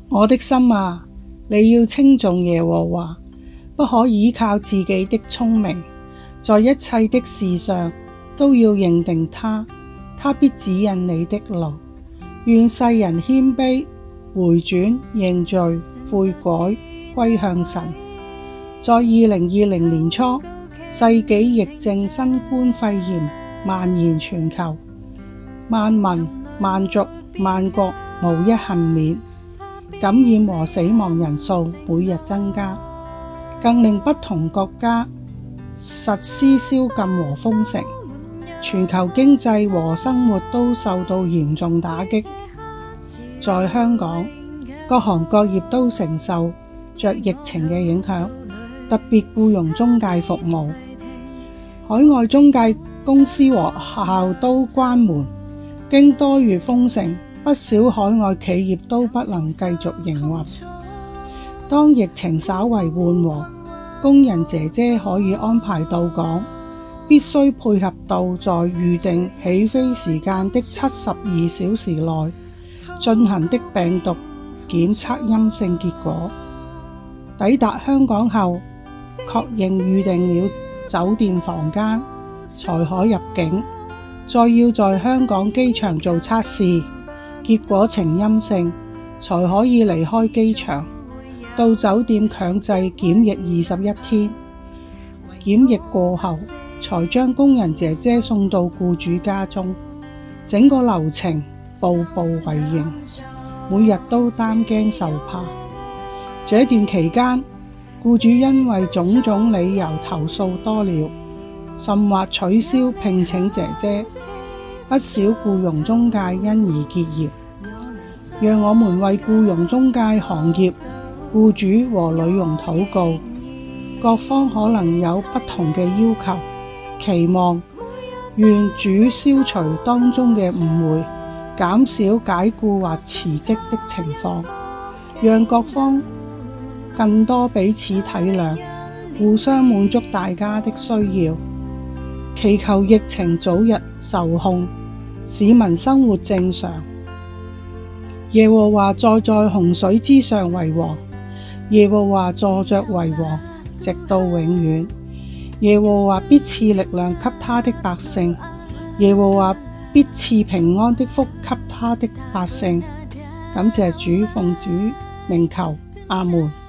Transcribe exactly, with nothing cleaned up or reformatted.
我的心啊，你要稱頌耶和華，不可倚靠自己的聰明，在一切的事上都要認定他，他必指引你的路。願世人謙卑，回轉認罪悔改，歸向神。在二零二零年初，世紀疫症新冠肺炎蔓延全球，萬民萬族萬國無一幸免，感染和死亡人數每日增加，更令不同國家實施宵禁和封城，全球經濟和生活都受到嚴重打擊。在香港，各行各業都承受着疫情嘅影響，特別僱傭中介服務，海外中介公司和學校都關門，經多月封城，不少海外企業都不能繼續營運。當疫情稍為緩和，工人姐姐可以安排到港，必須配合到在預定起飛時間的七十二小時內進行的病毒檢測陰性結果。抵達香港後，確認預定了酒店房間，才可入境，再要在香港機場做測試，結果呈陰性，才可以離開機場，到酒店強制檢疫二十一天。檢疫過後，才將工人姐姐送到僱主家中，整個流程步步為營，每日都擔驚受怕。這段期間，僱主因為種種理由投訴多了，甚或取消聘請姐姐，不少僱傭中介因而結業。讓我們為僱傭中介行業、僱主和女傭禱告，各方可能有不同嘅要求、期望，願主消除當中嘅誤會，減少解僱或辭職的情況，讓各方更多彼此體諒，互相滿足大家的需要，祈求疫情早日受控，市民生活正常。耶和華坐在洪水之上為王，耶和華坐着為王，直到永遠。耶和華必賜力量給他的百姓，耶和華必賜平安的福給他的百姓。感謝主，奉主名求，阿們。